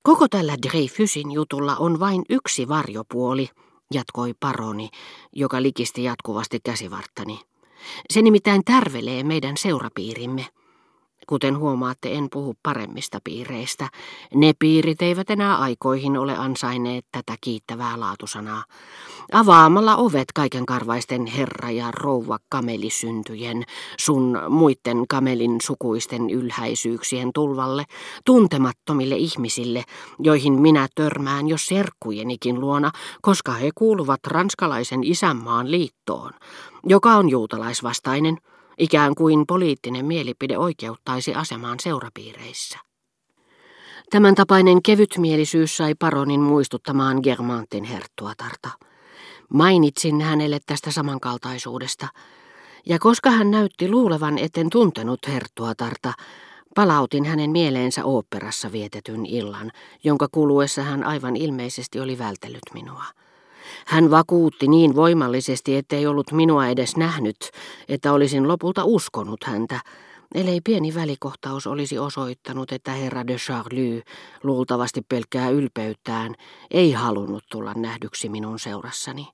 Koko tällä Dreyfusin jutulla on vain yksi varjopuoli, jatkoi paroni, joka likisti jatkuvasti käsivarttani. Se nimittäin tärvelee meidän seurapiirimme. Kuten huomaatte, en puhu paremmista piireistä. Ne piirit eivät enää aikoihin ole ansainneet tätä kiittävää laatusanaa. Avaamalla ovet kaikenkarvaisten herra- ja rouva kamelisyntyjen, sun muitten kamelin sukuisten ylhäisyyksien tulvalle, tuntemattomille ihmisille, joihin minä törmään jo serkkujenikin luona, koska he kuuluvat ranskalaisen isänmaan liittoon, joka on juutalaisvastainen, ikään kuin poliittinen mielipide oikeuttaisi asemaan seurapiireissä. Tämän tapainen kevytmielisyys sai paronin muistuttamaan Guermanten herttuatarta. Mainitsin hänelle tästä samankaltaisuudesta, ja koska hän näytti luulevan, etten tuntenut herttuatarta, palautin hänen mieleensä oopperassa vietetyn illan, jonka kuluessa hän aivan ilmeisesti oli vältellyt minua. Hän vakuutti niin voimallisesti, ettei ollut minua edes nähnyt, että olisin lopulta uskonut häntä, ellei pieni välikohtaus olisi osoittanut, että herra de Charlie, luultavasti pelkkää ylpeyttään, ei halunnut tulla nähdyksi minun seurassani.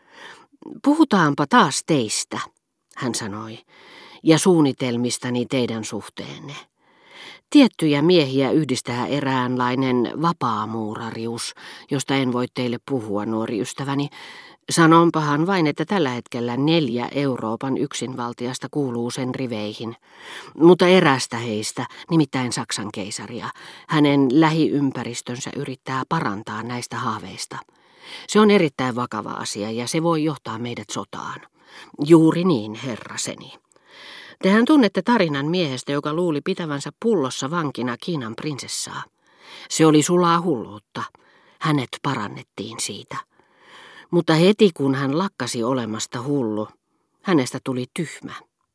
Puhutaanpa taas teistä, hän sanoi, ja suunnitelmistani teidän suhteenne. Tiettyjä miehiä yhdistää eräänlainen vapaamuurarius, josta en voi teille puhua, nuori ystäväni. Sanonpahan vain, että tällä hetkellä 4 Euroopan yksinvaltiasta kuuluu sen riveihin. Mutta erästä heistä, nimittäin Saksan keisaria, hänen lähiympäristönsä yrittää parantaa näistä haaveista. Se on erittäin vakava asia ja se voi johtaa meidät sotaan. Juuri niin, herraseni. Tehän tunnette tarinan miehestä, joka luuli pitävänsä pullossa vankina Kiinan prinsessaa. Se oli sulaa hulluutta. Hänet parannettiin siitä. Mutta heti kun hän lakkasi olemasta hullu, hänestä tuli tyhmä.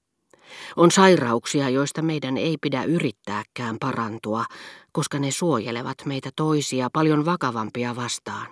On sairauksia, joista meidän ei pidä yrittääkään parantua, koska ne suojelevat meitä toisia paljon vakavampia vastaan.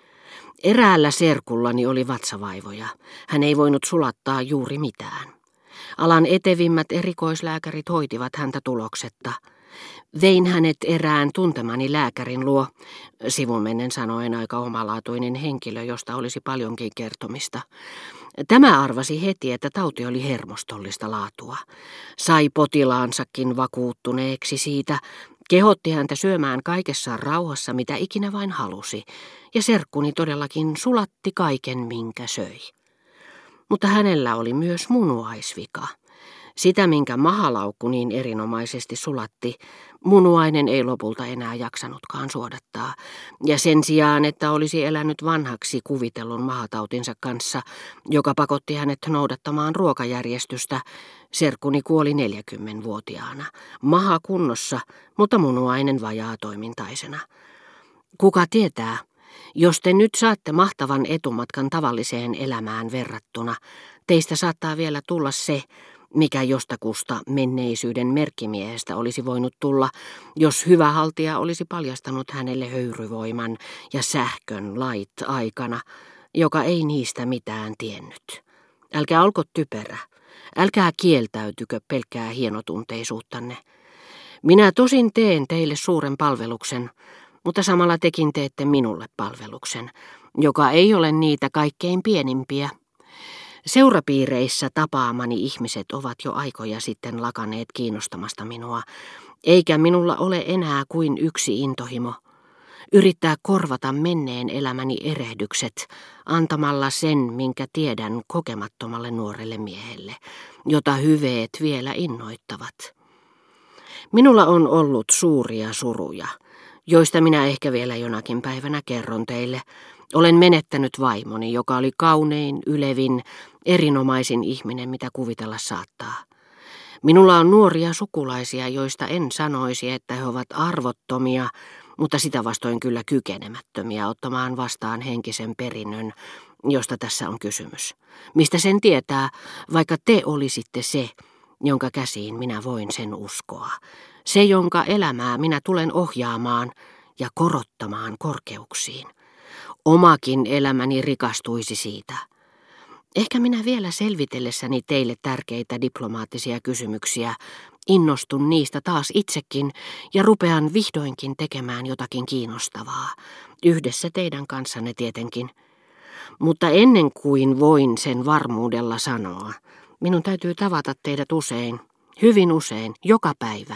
Eräällä serkullani oli vatsavaivoja. Hän ei voinut sulattaa juuri mitään. Alan etevimmät erikoislääkärit hoitivat häntä tuloksetta. Vein hänet erään tuntemani lääkärin luo, sivumennen sanoen aika omalaatuinen henkilö, josta olisi paljonkin kertomista. Tämä arvasi heti, että tauti oli hermostollista laatua. Sai potilaansakin vakuuttuneeksi siitä, kehotti häntä syömään kaikessa rauhassa, mitä ikinä vain halusi, ja serkkuni todellakin sulatti kaiken, minkä söi. Mutta hänellä oli myös munuaisvika. Sitä, minkä mahalaukku niin erinomaisesti sulatti, munuainen ei lopulta enää jaksanutkaan suodattaa, ja sen sijaan, että olisi elänyt vanhaksi kuvitellun mahatautinsa kanssa, joka pakotti hänet noudattamaan ruokajärjestystä, serkkuni kuoli 40-vuotiaana, maha kunnossa, mutta munuainen vajaatoimintaisena. Kuka tietää? Jos te nyt saatte mahtavan etumatkan tavalliseen elämään verrattuna, teistä saattaa vielä tulla se, mikä jostakusta menneisyyden merkkimiehestä olisi voinut tulla, jos hyvä haltija olisi paljastanut hänelle höyryvoiman ja sähkön lait aikana, joka ei niistä mitään tiennyt. Älkää olko typerä, älkää kieltäytykö pelkkää hienotunteisuuttanne. Minä tosin teen teille suuren palveluksen, mutta samalla tekin teette minulle palveluksen, joka ei ole niitä kaikkein pienimpiä. Seurapiireissä tapaamani ihmiset ovat jo aikoja sitten lakaneet kiinnostamasta minua, eikä minulla ole enää kuin yksi intohimo. Yrittää korvata menneen elämäni erehdykset antamalla sen, minkä tiedän kokemattomalle nuorelle miehelle, jota hyveet vielä innoittavat. Minulla on ollut suuria suruja, joista minä ehkä vielä jonakin päivänä kerron teille. Olen menettänyt vaimoni, joka oli kaunein, ylevin, erinomaisin ihminen, mitä kuvitella saattaa. Minulla on nuoria sukulaisia, joista en sanoisi, että he ovat arvottomia, mutta sitä vastoin kyllä kykenemättömiä ottamaan vastaan henkisen perinnön, josta tässä on kysymys. Mistä sen tietää, vaikka te olisitte se, jonka käsiin minä voin sen uskoa. Se, jonka elämää minä tulen ohjaamaan ja korottamaan korkeuksiin. Omakin elämäni rikastuisi siitä. Ehkä minä vielä selvitellessäni teille tärkeitä diplomaattisia kysymyksiä Innostun niistä taas itsekin ja rupean vihdoinkin tekemään jotakin kiinnostavaa. Yhdessä teidän kanssanne tietenkin. Mutta ennen kuin voin sen varmuudella sanoa, minun täytyy tavata teidät usein, hyvin usein, joka päivä.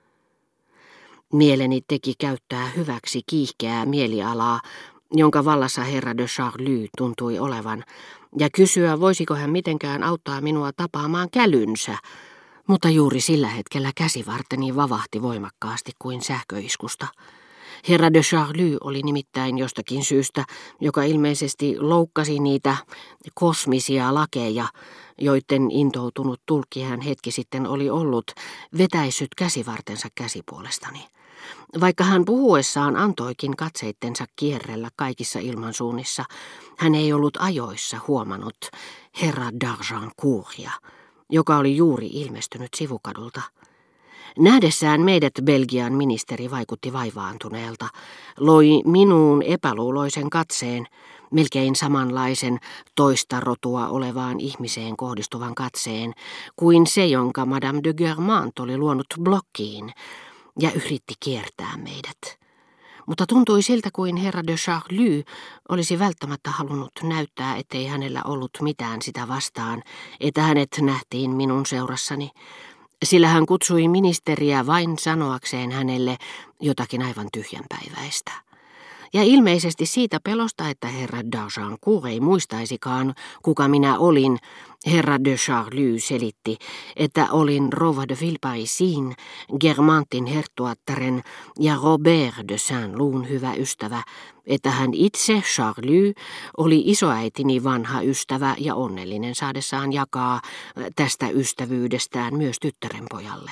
Mieleni teki käyttää hyväksi kiihkeää mielialaa, jonka vallassa herra de Charlie tuntui olevan, ja kysyä, voisiko hän mitenkään auttaa minua tapaamaan kälynsä, mutta juuri sillä hetkellä käsivarteni vavahti voimakkaasti kuin sähköiskusta. Herra de Charlie oli nimittäin jostakin syystä, joka ilmeisesti loukkasi niitä kosmisia lakeja, joiden intoutunut tulkki hän hetki sitten oli ollut, vetäissyt käsivartensa käsipuolestani. Vaikka hän puhuessaan antoikin katseittensa kierrellä kaikissa ilmansuunnissa, hän ei ollut ajoissa huomannut herra d'Argencourtia, joka oli juuri ilmestynyt sivukadulta. Nähdessään meidät Belgian ministeri vaikutti vaivaantuneelta, loi minuun epäluuloisen katseen, melkein samanlaisen toista rotua olevaan ihmiseen kohdistuvan katseen kuin se, jonka Madame de Guermantes oli luonut blokkiin, ja yritti kiertää meidät. Mutta tuntui siltä kuin herra de Charlie olisi välttämättä halunnut näyttää, ettei hänellä ollut mitään sitä vastaan, että hänet nähtiin minun seurassani, sillä hän kutsui ministeriä vain sanoakseen hänelle jotakin aivan tyhjänpäiväistä. Ja ilmeisesti siitä pelosta, että herra d'Argencourt ei muistaisikaan, kuka minä olin, herra de Charlie selitti, että olin rouva de Villeparisin, Guermantesin herttuattaren ja Robert de Saint-Loun hyvä ystävä, että hän itse, Charlie, oli isoäitini vanha ystävä ja onnellinen saadessaan jakaa tästä ystävyydestään myös tyttärenpojalle.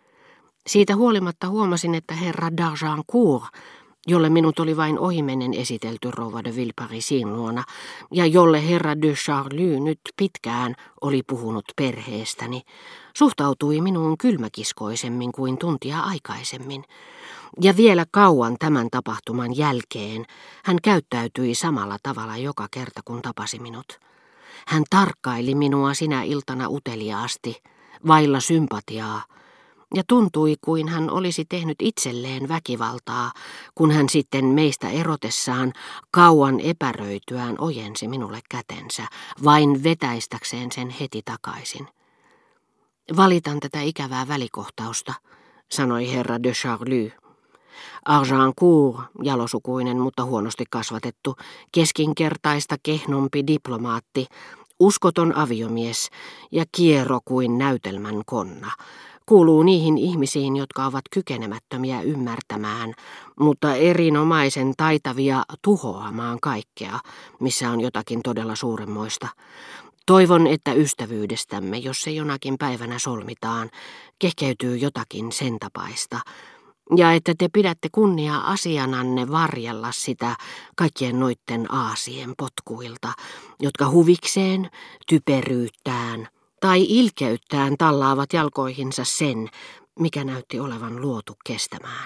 Siitä huolimatta huomasin, että herra d'Argencourt, jolle minut oli vain ohimennen esitelty rouva de Villeparisin luona, ja jolle herra de Charlie nyt pitkään oli puhunut perheestäni, suhtautui minuun kylmäkiskoisemmin kuin tuntia aikaisemmin. Ja vielä kauan tämän tapahtuman jälkeen hän käyttäytyi samalla tavalla joka kerta, kun tapasi minut. Hän tarkkaili minua sinä iltana uteliaasti, vailla sympatiaa, ja tuntui kuin hän olisi tehnyt itselleen väkivaltaa, kun hän sitten meistä erotessaan kauan epäröityään ojensi minulle kätensä, vain vetäistäkseen sen heti takaisin. Valitan tätä ikävää välikohtausta, sanoi herra de Charlie. Argencourt, jalosukuinen, mutta huonosti kasvatettu, keskinkertaista kehnompi diplomaatti, uskoton aviomies ja kiero kuin näytelmän konna, kuuluu niihin ihmisiin, jotka ovat kykenemättömiä ymmärtämään, mutta erinomaisen taitavia tuhoamaan kaikkea, missä on jotakin todella suuremmoista. Toivon, että ystävyydestämme, jos se jonakin päivänä solmitaan, kehkeytyy jotakin sen tapaista, ja että te pidätte kunnia-asiananne varjella sitä kaikkien noitten aasien potkuilta, jotka huvikseen, typeryyttään tai ilkeyttään tallaavat jalkoihinsa sen, mikä näytti olevan luotu kestämään.